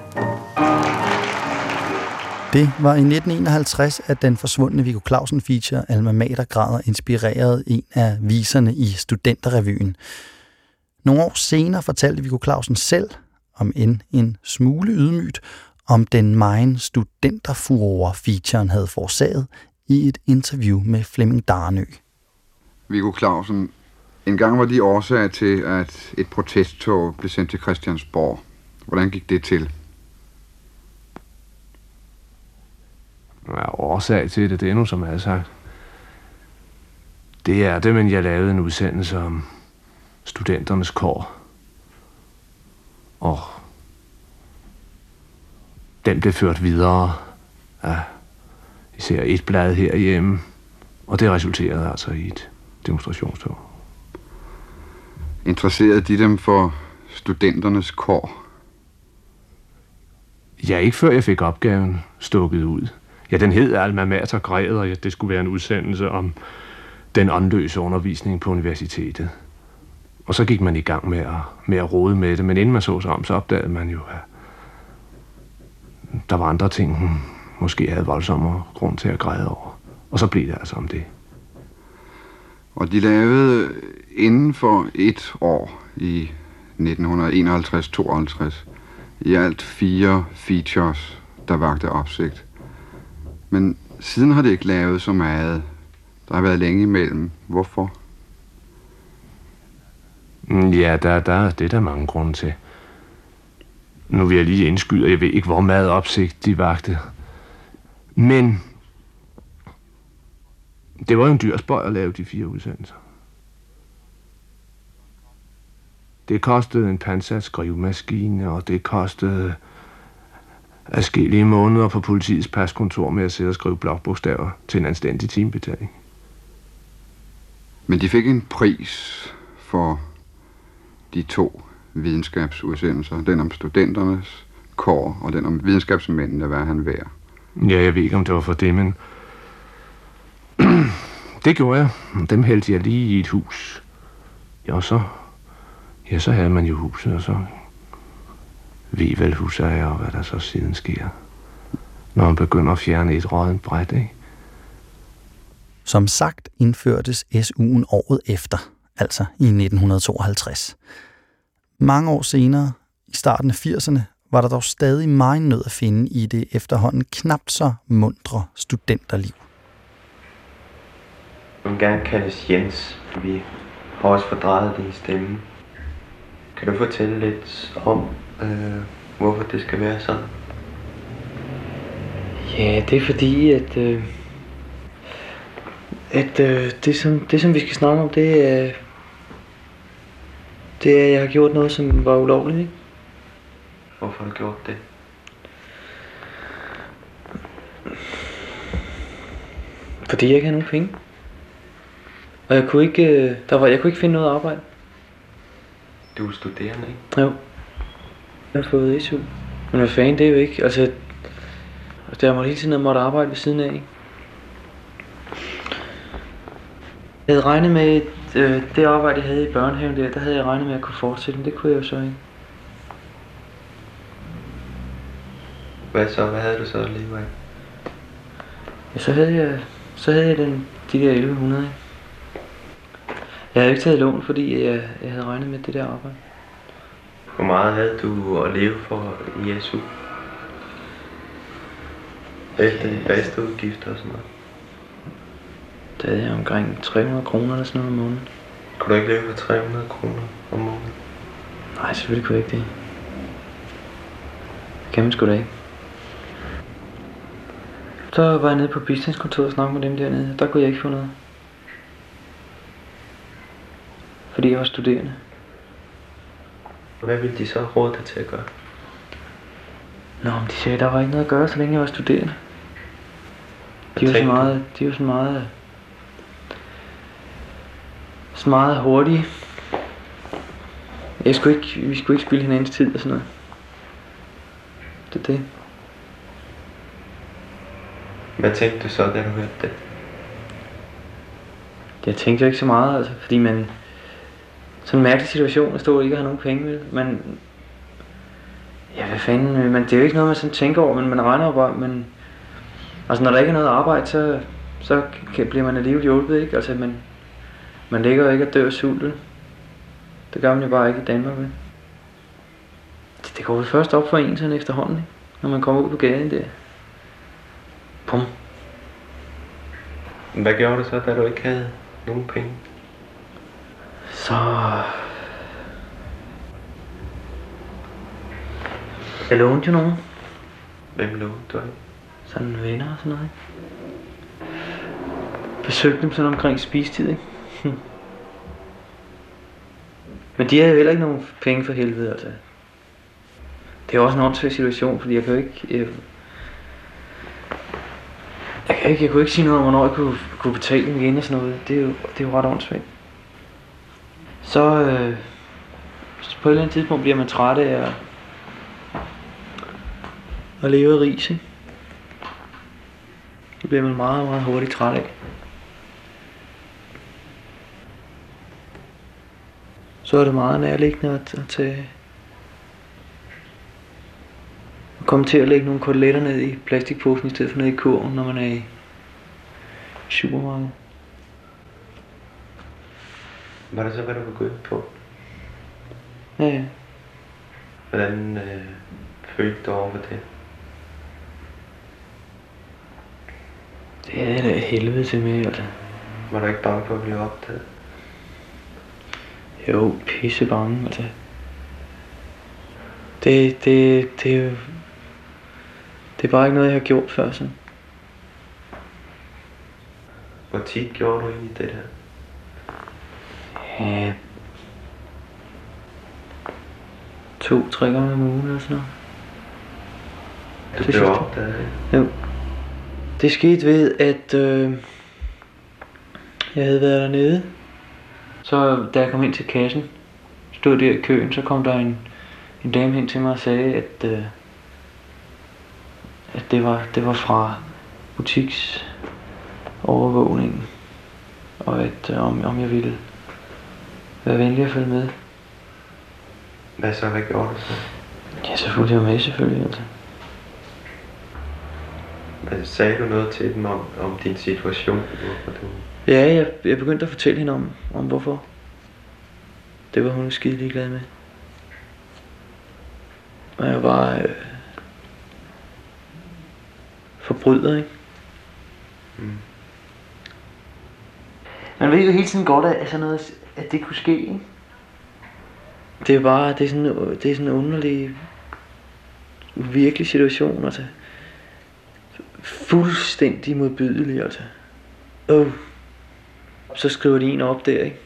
Det var i 1951, at den forsvundne Viggo Clausen feature Alma Mater græder inspirerede en af viserne i Studenterrevyen. Nogle år senere fortalte Viggo Clausen selv, om end en smule ydmygt, om den megen studenterfurore featuren havde forårsaget i et interview med Flemming Darnø. Viggo Clausen, En gang var de årsag til, at et protesttog blev sendt til Christiansborg. Hvordan gik det til? Ja, årsag til det er nu, som jeg har sagt. Det er det, men jeg lavede en udsendelse om studenternes kår. Og den blev ført videre af især et blad herhjemme, og det resulterede altså i et demonstrationstog. Interesserede de dem for studenternes kår? Ja, ikke før jeg fik opgaven stukket ud. Ja, den hed Alma Mater græder, og det skulle være en udsendelse om den åndløse undervisning på universitetet. Og så gik man i gang med at rode med det, men inden man så sig om, så opdagede man jo, at der var andre ting, hun måske havde voldsommere grund til at græde over. Og så blev det altså om det. Og de lavede inden for et år i 1951-52 i alt 4 features, der vagte opsigt. Men siden har det ikke lavet så meget. Der har været længe imellem. Hvorfor? Ja, det er der mange grunde til. Nu vil jeg lige indskyde, og jeg ved ikke, hvor meget opsigt de vagte. Men det var jo en dyr spøj at lave de 4 udsendelser. Det kostede en pansat skrivemaskine, og det kostede adskillige måneder på politiets paskontor med at sidde og skrive blokbogstaver til en anstændig timebetaling. Men de fik en pris for de 2 videnskabsudsendelser. Den om studenternes kår, og den om videnskabsmændene, hvad han værd. Ja, jeg ved ikke, om det var for det, men det gjorde jeg. Dem hældte jeg lige i et hus. Ja, så havde man jo huset, og så ved vel husejer, og hvad der så siden sker. Når man begynder at fjerne et rådent bræt, ikke? Som sagt indførtes SU'en året efter, altså i 1952. Mange år senere, i starten af 80'erne, var der dog stadig meget nød at finde i det efterhånden knapt så muntre studenterliv. Jeg vil gerne kaldes Jens. Vi har også fordrejet din stemme. Kan du fortælle lidt om, hvorfor det skal være sådan? Ja, det er fordi, at det som vi skal snakke om, det er, at jeg har gjort noget, som var ulovligt, ikke? Hvorfor har du gjort det? Fordi jeg ikke havde nogen penge. Og jeg kunne ikke finde noget arbejde. Du er studerende, ikke? Jo. Jeg har fået SU. Men hvad fanden, det er jo ikke. Altså, jeg måtte hele tiden måtte arbejde ved siden af, ikke? Jeg havde regnet med, det arbejde, jeg havde i børnehaven der havde jeg regnet med at kunne fortsætte, men det kunne jeg jo så ikke. Hvad havde du så at leve af? Ja, så havde jeg de der 1100, ikke? Jeg havde ikke taget lån, fordi jeg havde regnet med det der arbejde. Hvor meget havde du at leve for i SU? Efter de faste udgifter og sådan noget? Der havde jeg omkring 300 kroner eller sådan noget om måneden. Kunne du ikke leve for 300 kroner om måneden? Nej, selvfølgelig kunne jeg ikke det. Det kan man sgu da ikke. Så var jeg nede på bistandskontoret og snakkede med dem dernede. Der kunne jeg ikke få noget. Fordi jeg var studerende. Hvad ville de så råde dig til at gøre? Nå, men de sagde, at der var ikke noget at gøre, så længe jeg var studerende. De var så meget hurtige. Vi skulle ikke spilde hinandens tid og sådan noget. Det er det. Hvad tænkte du så, da du hørte det? Jeg tænkte jo ikke så meget, altså, fordi man... Sådan en mærkelig situation at stå og ikke have nogen penge med. Man... Ja, hvad fanden... Det er jo ikke noget, man sådan tænker over, men man regner jo bare, men... Altså, når der ikke er noget arbejde, så bliver man alligevel hjulpet, ikke? Altså, man ligger jo ikke og dør af sult. Det gør man jo bare ikke i Danmark, vel? Det går jo først op for en sådan efterhånden, ikke? Når man kommer ud på gaden der. Pum. Hvad gjorde du så, da du ikke havde nogen penge? Så... Jeg lånte jo nogen. Hvem lånte du af? Sådan venner og sådan noget, ikke? Besøgte dem sådan omkring spistid, ikke? Men de havde jo heller ikke nogen penge for helvede, altså. Det er også en åndssvær situation, fordi jeg kan jo ikke... Jeg kunne ikke sige noget om, hvornår jeg kunne betale dem igen og sådan noget. Det er jo ret åndssvagt. Så på et eller andet tidspunkt bliver man træt af at leve af ris, ikke? Det bliver man meget, meget hurtigt træt af. Så er det meget nærliggende at komme til at lægge nogle koteletter ned i plastikposen i stedet for ned i kurven, når man er i supermarkedet. Var det så, hvad du begyndte på? Ja. Hvordan følte du over det? Det er da helvede til mig, altså. Var du ikke bange for at blive opdaget? Jo, pisse bange, altså. Det er jo... Det er bare ikke noget, jeg har gjort før, sådan. Hvor tit gjorde du egentlig det der? Ja... 2-3 gange om ugen eller sådan noget. Du blev opdaget, ikke? Jo. Det skete ved, at jeg havde været dernede. Så da jeg kom ind til kassen, stod der i køen, så kom der en dame hen til mig og sagde, at det var fra butiksovervågningen, og at om jeg ville være venlig at følge med. Hvad så? Hvad gjorde du så? Ja, så fulgte jeg med selvfølgelig, altså. Men sagde du noget til dem om din situation? Hvorfor du... Ja, jeg begyndte at fortælle hende om hvorfor. Det var hun skide ligeglad med. Og jeg var forbryder, ikke? Mm. Man ved jo hele tiden godt, at sådan noget, at det kunne ske, ikke? Det er bare, det er sådan en underlig, virkelig situation, altså. Fuldstændig modbydelig, altså. Så skriver de en op der, ikke?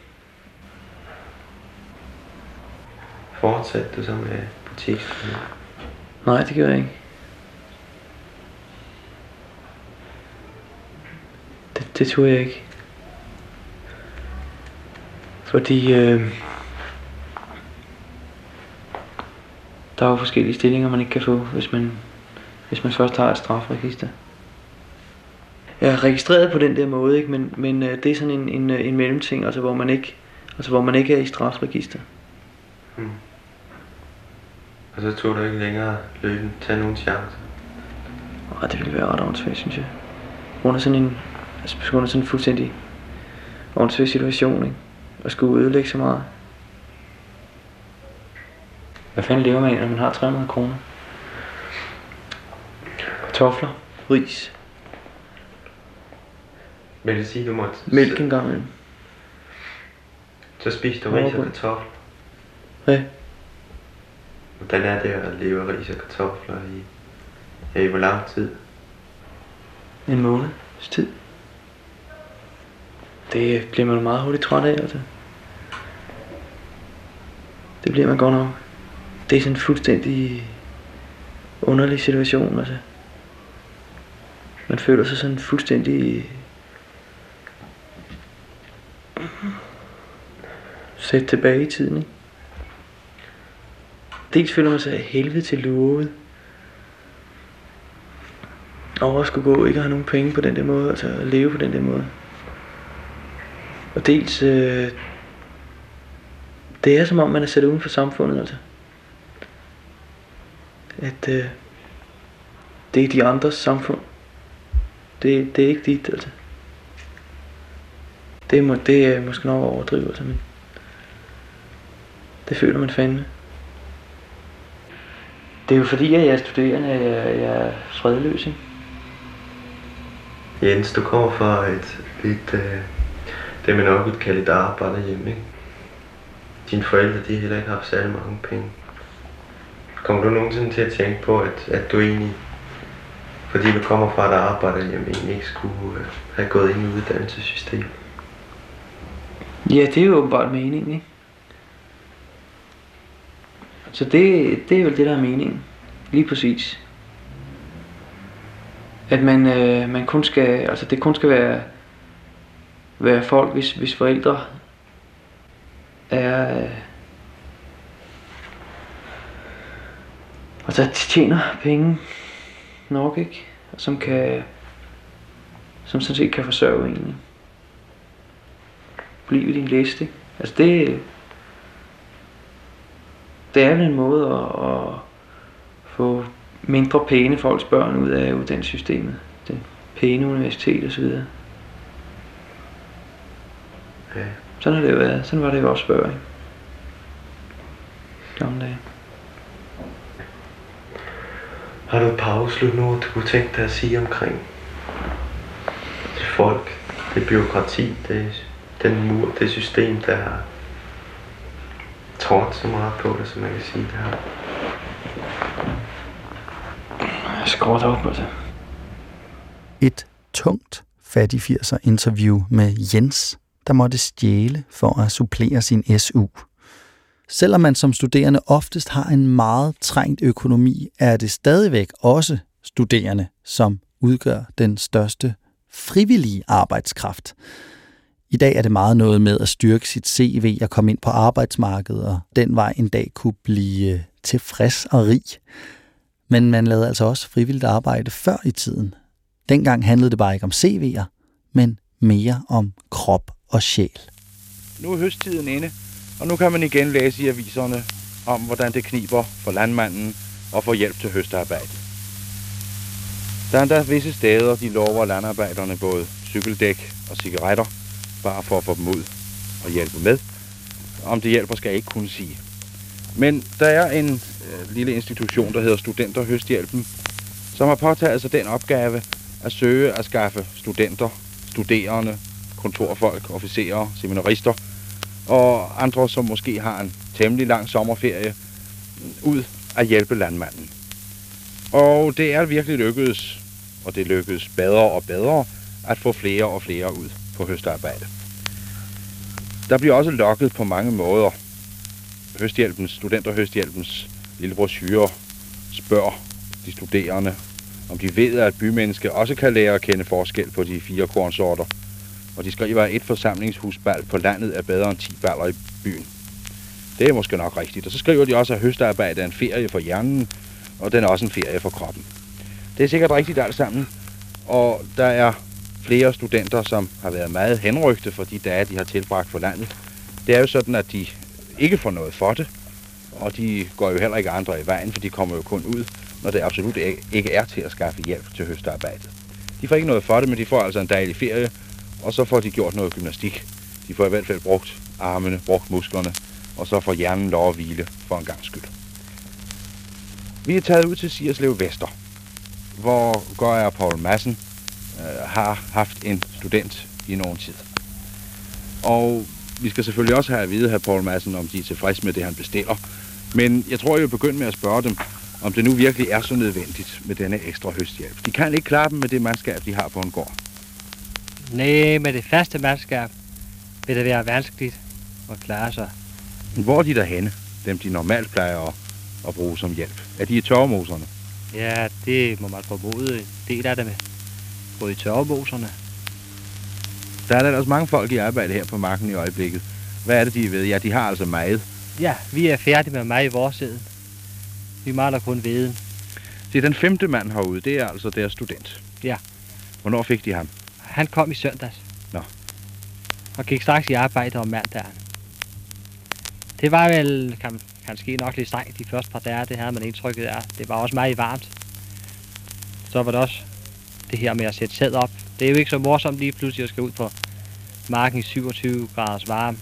Fortsatte du så med butikken? Nej, det gør jeg ikke. Det tog jeg ikke. Fordi der er jo forskellige stillinger, man ikke kan få, hvis man først har et strafregister. Jeg er registreret på den der måde, ikke? Men det er sådan en mellemting, altså hvor man ikke er i strafregister. Mm. Og så tog du ikke længere løbende tage nogen chancer? Nej, det ville være ret åndssvagt, synes jeg. Under sådan en fuldstændig åndssvagt situation, ikke? Og skulle ødelægge så meget. Hvad fanden lever man af, når man har 300 kroner? Kartofler, ris. Vil det sige, du måtte... Mælk en gang imellem. Så spiste du ris og kartofler? Ja. Hvordan er det at leve af ris og kartofler i hvor lang tid? En måneds tid. Det bliver man meget hurtigt træt af, altså. Det bliver man godt nok. Det er sådan en fuldstændig underlig situation, altså. Man føler sig sådan fuldstændig sat tilbage i tiden, ikke? Dels føler man sig af helvede til lovet over at skulle gå, ikke at have nogen penge på den der måde, altså at leve på den der måde. Og dels det er som om man er sat uden for samfundet, altså. At det er de andres samfund. Det er ikke dit, altså. Det er måske nok overdrivet, altså, men det føler man fandme. Det er jo fordi, at jeg er studerende, jeg er fredløs, ikke? Jens, du kommer fra det man nok vil kalde et arbejderhjem, ikke? dine forældre, de heller ikke har haft særlig mange penge. Kommer du nogensinde til at tænke på, at du egentlig, fordi du kommer fra et arbejderhjem, egentlig ikke skulle have gået ind i uddannelsessystemet? Ja, det er jo åbenbart meningen, ikke? Så det er vel det, der er meningen. Lige præcis. At man kun skal, altså det kun skal være folk, hvis forældre er, altså de tjener penge nok, ikke? Og som sådan set kan forsørge en. Blive i din liste, ikke? Altså det er vel en måde at få mindre pæne folks børn ud af uddannelsessystemet. Det pæne universitet og så videre. Ja. Sådan har det jo været. Sådan var det jo også før, ikke? Gamle dage. Har du et par afslutninger, du kunne tænke dig at sige omkring det folk, det bureaukrati, den mur, det system, der har trådt så meget på det, som man kan sige, det her? Jeg skruer op på det. Et tungt fattig 80'er interview med Jens, der måtte stjæle for at supplere sin SU. Selvom man som studerende oftest har en meget trængt økonomi, er det stadigvæk også studerende, som udgør den største frivillige arbejdskraft. I dag er det meget noget med at styrke sit CV og komme ind på arbejdsmarkedet, og den vej en dag kunne blive tilfreds og rig. Men man lavede altså også frivilligt arbejde før i tiden. Dengang handlede det bare ikke om CV'er, men mere om krop og sjæl. Nu er høsttiden inde, og nu kan man igen læse i aviserne om, hvordan det kniber for landmanden og få hjælp til høstarbejde. Der er endda visse steder, de lover landarbejderne både cykeldæk og cigaretter, bare for at få dem ud og hjælpe med. Om det hjælper, skal jeg ikke kunne sige. Men der er en lille institution, der hedder Studenterhøsthjælpen, som har påtaget sig den opgave at søge at skaffe studenter, studerende, kontorfolk, officerer, seminarister og andre, som måske har en temmelig lang sommerferie, ud at hjælpe landmanden. Og det er virkelig lykkedes, og det lykkedes bedre og bedre, at få flere og flere ud på høstarbejde. Der bliver også lokket på mange måder. Studenterhøsthjælpens lille brochure spørger de studerende, om de ved, at et bymenneske også kan lære at kende forskel på de 4 kornsorter. Og de skriver, at et forsamlingshusbal på landet er bedre end 10 baller i byen. Det er måske nok rigtigt. Og så skriver de også, at høstarbejde er en ferie for hjernen, og den er også en ferie for kroppen. Det er sikkert rigtigt alt sammen. Og der er flere studenter, som har været meget henrygte for de dage, de har tilbragt på landet. Det er jo sådan, at de ikke får noget for det, og de går jo heller ikke andre i vejen, for de kommer jo kun ud, når det absolut ikke er til at skaffe hjælp til høstarbejdet. De får ikke noget for det, men de får altså en dejlig ferie, og så får de gjort noget gymnastik. De får i hvert fald brugt armene, brugt musklerne, og så får hjernen lov at hvile for en gangs skyld. Vi er taget ud til Sierslev Vester, hvor Gøjer Poul Madsen har haft en student i nogen tid. Og vi skal selvfølgelig også have at vide, Poul Madsen, om de er tilfredse med det, han bestiller. Men jeg tror, jeg vil begynde med at spørge dem, om det nu virkelig er så nødvendigt med denne ekstra høsthjælp. De kan ikke klare dem med det mandskab, de har på en gård. Nej, med det faste mandskab vil det være vanskeligt at klare sig. Hvor er de der henne, dem de normalt plejer at bruge som hjælp? Er de i tørremoserne? Ja, det må man formode. En del af dem går i tørremoserne. Der er ellers mange folk i arbejde her på marken i øjeblikket. Hvad er det, de ved? Ja, de har altså meget. Ja, vi er færdige med meget i vores siden. Vi mangler kun viden. Det er den 5. mand herude, det er altså deres student. Ja. Hvornår fik de ham? Han kom i søndags. Nå. Og gik straks i arbejde om mandagen. Det var vel kanskje nok lidt strengt de første par dage, det her man indtrykket af. Det var også meget varmt. Så var det også det her med at sætte sæd op. Det er jo ikke så morsomt lige pludselig at skal ud på marken i 27 graders varme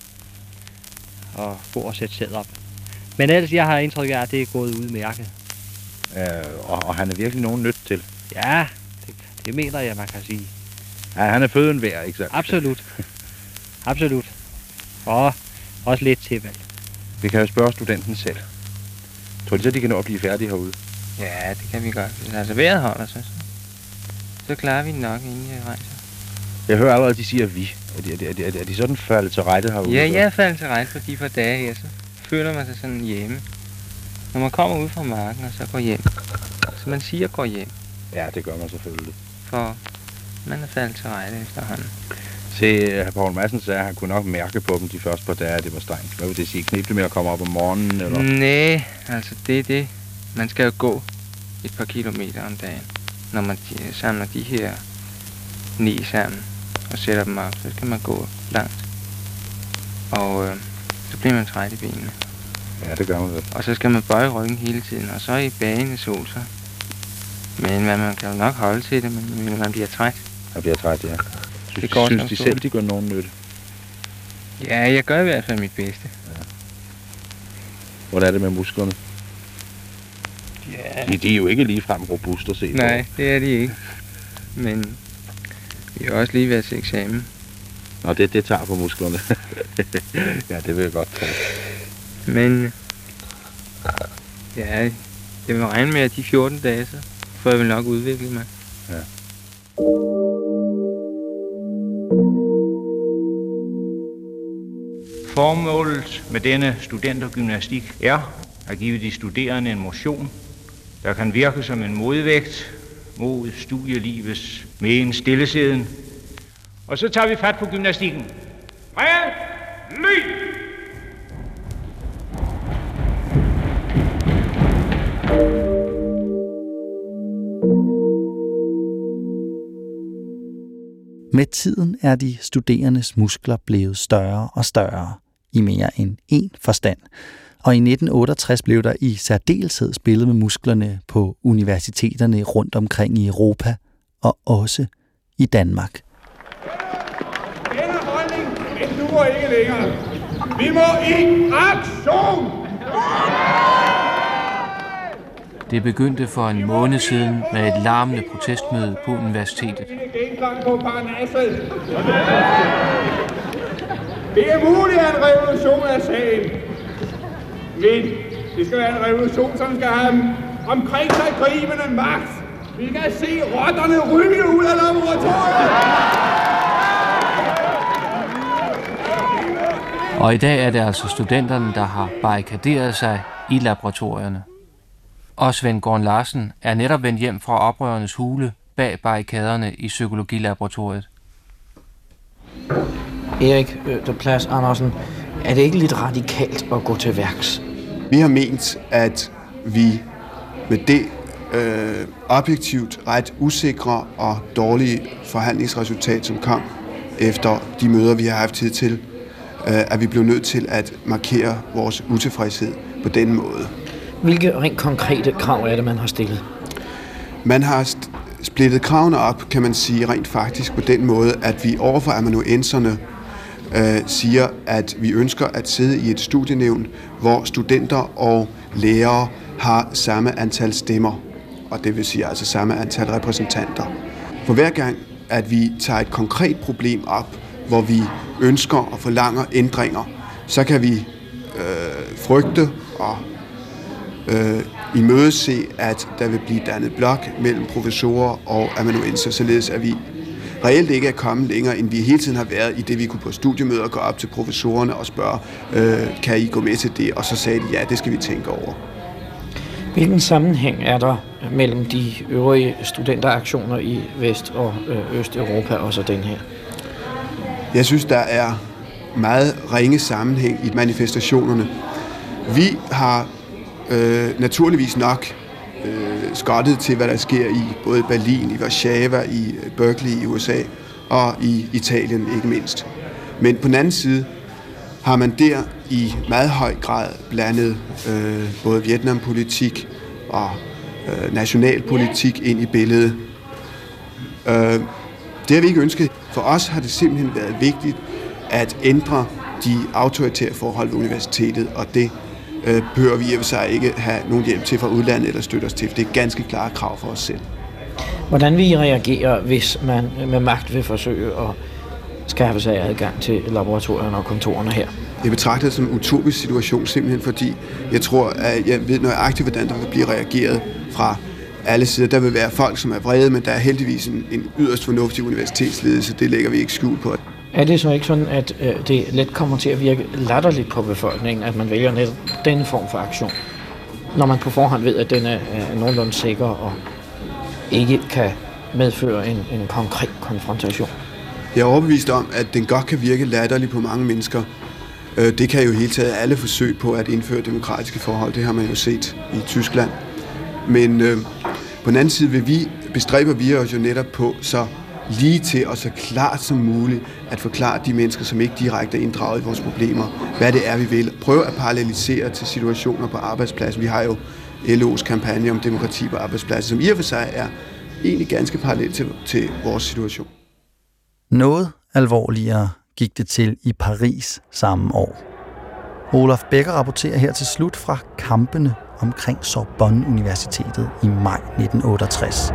og gå og sætte sæd op. Men ellers, jeg har indtryk af, at det er gået udmærket. Og han er virkelig nogen nyt til. Ja, det mener jeg, man kan sige. Ja, han er føden værd, ikke sant? Absolut. Absolut. Og også lidt til, vel. Vi kan jo spørge studenten selv. Tror de så, de kan nå at blive færdige herude? Ja, det kan vi godt. Hvis altså vejret holder sig, så klarer vi den nok, inden jeg rejser. Jeg hører allerede, at de siger vi. Er de sådan faldet til rette herude? Ja, jeg er faldet til rette for de par dage her, så føler man sig sådan hjemme. Når man kommer ud fra marken og så går hjem. Så man siger går hjem. Ja, det gør man selvfølgelig. For man er faldet til rette efterhånden. Se, hr. Poul Madsen sagde, at han kunne nok mærke på dem de første par dage, at det var strengt. Hvad vil det sige? Knip det med at komme op om morgenen, eller? Nej, altså det er det. Man skal jo gå et par kilometer om dagen. Når man samler de her 9 sammen og sætter dem op, så skal man gå langt. Og så bliver man træt i benene. Ja, det gør man vel. Og så skal man bøje ryggen hele tiden, og så i bagende sol så. Men man kan jo nok holde til det, men man bliver træt. Man bliver træt, ja. Synes de selv, de gør nogen nytte? Ja, jeg gør i hvert fald mit bedste. Ja. Hvordan er det med musklerne? Ja. De er jo ikke ligefrem robust at se på. Nej, det er de ikke. Men vi har også lige været til eksamen. Nå, det tager på musklerne. Ja, det vil jeg godt tage. Men ja, jeg vil regne med, at de 14 dage, så får jeg vel nok udviklet mig. Ja. Formålet med denne studentergymnastik er at give de studerende en motion, der kan virke som en modvægt mod studielivets megen stillesiden. Og så tager vi fat på gymnastikken. Red! Lyd! Med tiden er de studerendes muskler blevet større og større i mere end én forstand. Og i 1968 blev der i særdeleshed spillet med musklerne på universiteterne rundt omkring i Europa og også i Danmark. Denne holdning, den duer ikke længere. Vi må i aktion! Det begyndte for en måned siden med et larmende protestmøde på universitetet. Det er muligt, at en revolution er sagen. Men det skal være en revolution, som skal have omkring sig gribende magt. Vi kan se rotterne ryge ud af laboratoriet. Og i dag er det altså studenterne, der har barrikaderet sig i laboratorierne. Og Svend Gorn Larsen er netop vendt hjem fra oprørernes hule bag barrikaderne i psykologilaboratoriet. Erik de Plads Andersen, er det ikke lidt radikalt at gå til værks? Vi har ment, at vi med det objektivt ret usikre og dårlige forhandlingsresultat, som kom efter de møder, vi har haft tid til, at vi blev nødt til at markere vores utilfredshed på den måde. Hvilke rent konkrete krav er det, man har stillet? Man har splittet kravene op, kan man sige, rent faktisk på den måde, at vi overfor amanuenserne siger, at vi ønsker at sidde i et studienævn, hvor studenter og lærere har samme antal stemmer, og det vil sige altså samme antal repræsentanter. For hver gang, at vi tager et konkret problem op, hvor vi ønsker og forlanger ændringer, så kan vi frygte og imødese, at der vil blive dannet blok mellem professorer og amanuenser, således at vi reelt ikke er kommet længere, end vi hele tiden har været i det, vi kunne på studiemøder gå op til professorerne og spørge, kan I gå med til det? Og så sagde de, ja, det skal vi tænke over. Hvilken sammenhæng er der mellem de øvrige studenteraktioner i Vest- og Østeuropa og så den her? Jeg synes, der er meget ringe sammenhæng i manifestationerne. Vi har naturligvis nok skottet til, hvad der sker i både Berlin, i Warszawa, i Berkeley i USA og i Italien ikke mindst. Men på den anden side har man der i meget høj grad blandet både Vietnampolitik og nationalpolitik ind i billedet. Det har vi ikke ønsket. For os har det simpelthen været vigtigt at ændre de autoritære forhold ved universitetet, og det behøver vi i og for sig ikke have nogen hjælp til fra udlandet eller støtte os til, for det er ganske klare krav for os selv. Hvordan vil I reagere, hvis man med magt vil forsøge at skaffe sig adgang til laboratorierne og kontorerne her? Jeg betragter det som en utopisk situation, simpelthen fordi jeg tror, at jeg ved nøjagtigt, hvordan der vil blive reageret fra alle sider. Der vil være folk, som er vrede, men der er heldigvis en yderst fornuftig universitetsledelse. Det lægger vi ikke skjul på. Er det så ikke sådan, at det let kommer til at virke latterligt på befolkningen, at man vælger netop denne form for aktion, når man på forhånd ved, at den er nogenlunde sikker og ikke kan medføre en konkret konfrontation? Jeg er overbevist om, at den godt kan virke latterligt på mange mennesker. Det kan jo hele taget alle forsøg på at indføre demokratiske forhold. Det har man jo set i Tyskland. Men på den anden side bestræber vi os jo netop på så lige til og så klart som muligt at forklare de mennesker, som ikke direkte er inddraget i vores problemer, hvad det er, vi vil. Prøve at parallelisere til situationer på arbejdspladsen. Vi har jo LO's kampagne om demokrati på arbejdspladsen, som i og for sig er egentlig ganske parallelt til vores situation. Noget alvorligere gik det til i Paris samme år. Olaf Becker rapporterer her til slut fra kampene omkring Sorbonne-universitetet i maj 1968.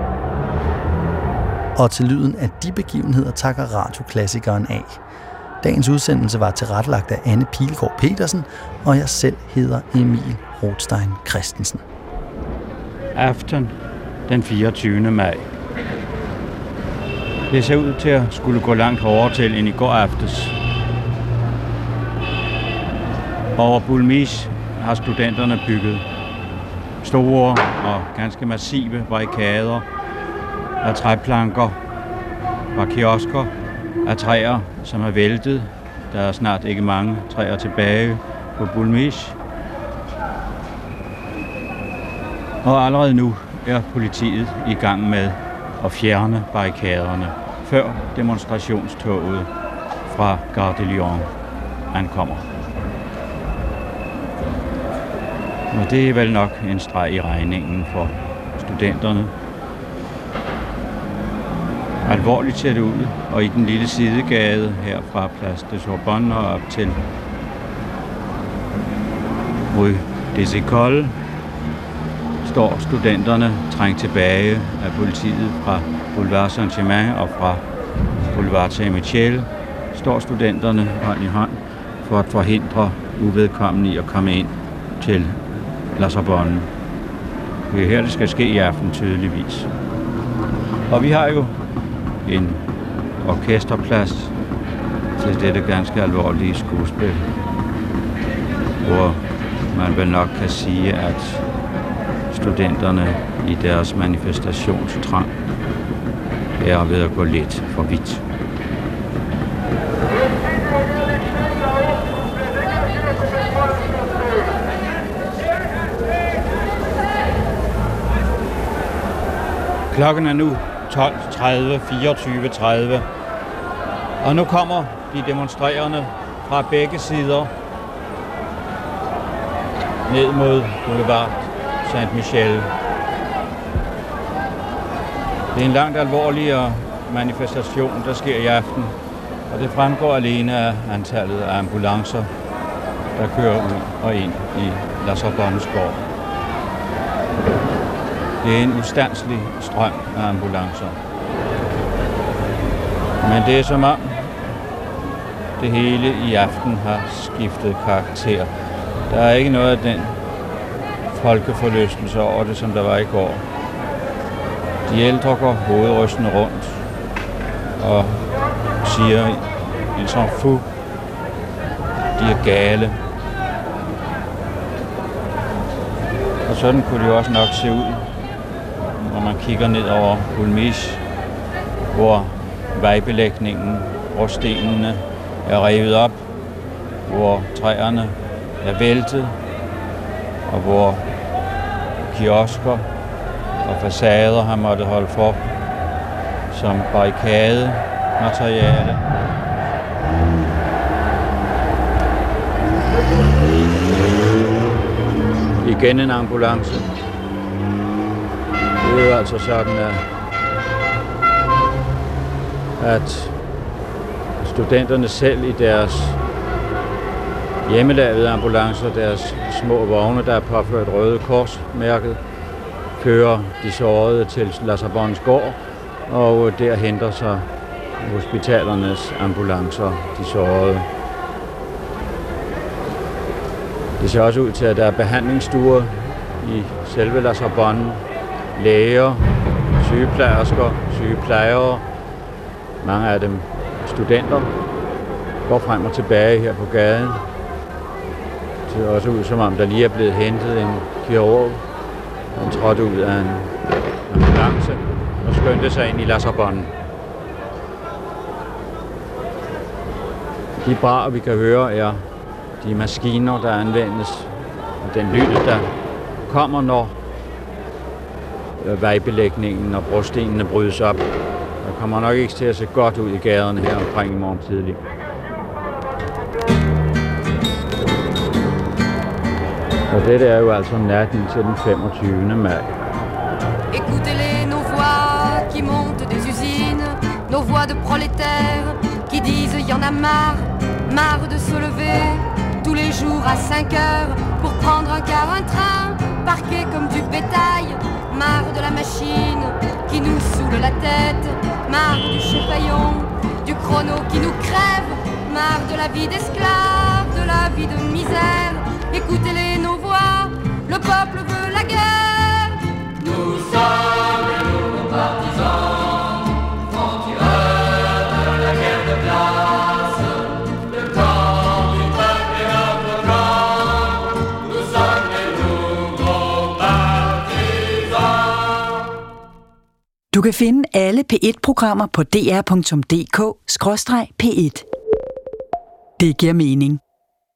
Og til lyden af de begivenheder takker radioklassikeren af. Dagens udsendelse var tilrettelagt af Anne Pilgaard Petersen, og jeg selv hedder Emil Rothstein Christensen. Aften den 24. maj. Det ser ud til at skulle gå langt hårdere til end i går aftes. Over Boulmise har studenterne bygget store og ganske massive barrikader af træplanker fra kiosker, af træer, som er væltet. Der er snart ikke mange træer tilbage på Boulmise. Og allerede nu er politiet i gang med at fjerne barrikaderne, før demonstrationstoget fra Gare de Lyon ankommer. Og det er vel nok en streg i regningen for studenterne. Alvorligt ser det ud, og i den lille sidegade her fra Place de Sorbonne og op til Rue des Écoles står studenterne trængt tilbage af politiet fra Boulevard Saint-Germain og fra Boulevard Saint-Michel. Står studenterne hånd i hånd for at forhindre uvedkommende i at komme ind til La Sorbonne. Det er her, det skal ske i aften tydeligvis. Og vi har jo en orkesterplads til dette ganske alvorlige skuespil, hvor man vel nok kan sige, at studenterne i deres manifestationstrang er ved at gå lidt for vidt. Klokken er nu 12:30, 24:30, og nu kommer de demonstrerende fra begge sider ned mod Boulevard Saint-Michel. Det er en langt alvorligere manifestation, der sker i aften, og det fremgår alene af antallet af ambulancer, der kører ud og ind i La Sorbonnes gård. Det er en ustandselig strøm af ambulancer. Men det er som om det hele i aften har skiftet karakter. Der er ikke noget af den folkeforlystelse over det, som der var i går. De ældre går hovedrystende rundt og siger, ils sont fous, de er gale. Og sådan kunne det jo også nok se ud, når man kigger ned over Boulmise, hvor vejbelægningen, hvor stenene er revet op, hvor træerne er væltet, og hvor kiosker og facader har måttet holde for som barrikademateriale. Igen en ambulance. Det er jo altså sådan, at studenterne selv i deres hjemmelavede ambulancer, deres små vogne, der er påført Røde Kors-mærket, kører de sårede til La Sorbonnes gård, og der henter sig hospitalernes ambulancer, de sårede. Det ser også ud til, at der er behandlingsstuer i selve La Sorbonne. Læger, sygeplejersker, sygeplejere, mange af dem studenter, går frem og tilbage her på gaden. Det ser også ud, som om der lige er blevet hentet en kirurg. Han trådte ud af en ambulance og skyndte sig ind i La Sorbonne. De brag, vi kan høre, er de maskiner, der anvendes, og den lyd, der kommer, når vejbelægningen og brostenene brydes op. Der kommer nok ikke til at se godt ud i gaderne her omkring i morgen tidlig. Og dette er jo altså natten til den 25. maj. Écoutez-les, nos voix qui montent des usines, nos voix de prolétaires qui disent y en a marre, marre de se lever tous les jours à 5 heures pour prendre un car, un train, parqué comme du bétail, marre de la machine qui nous saoule la tête, marre du champaillon, du chrono qui nous crève, marre de la vie d'esclave, de la vie de misère. Écoutez-les, nos voix, le peuple veut la guerre. Nous sommes nos partisans, francs-tireurs de la guerre de classe. Le camp du peuple est notre camp. Nous sommes les nouveaux partisans. Du kan finde alle P1-programmer på dr.dk/P1. Det giver mening.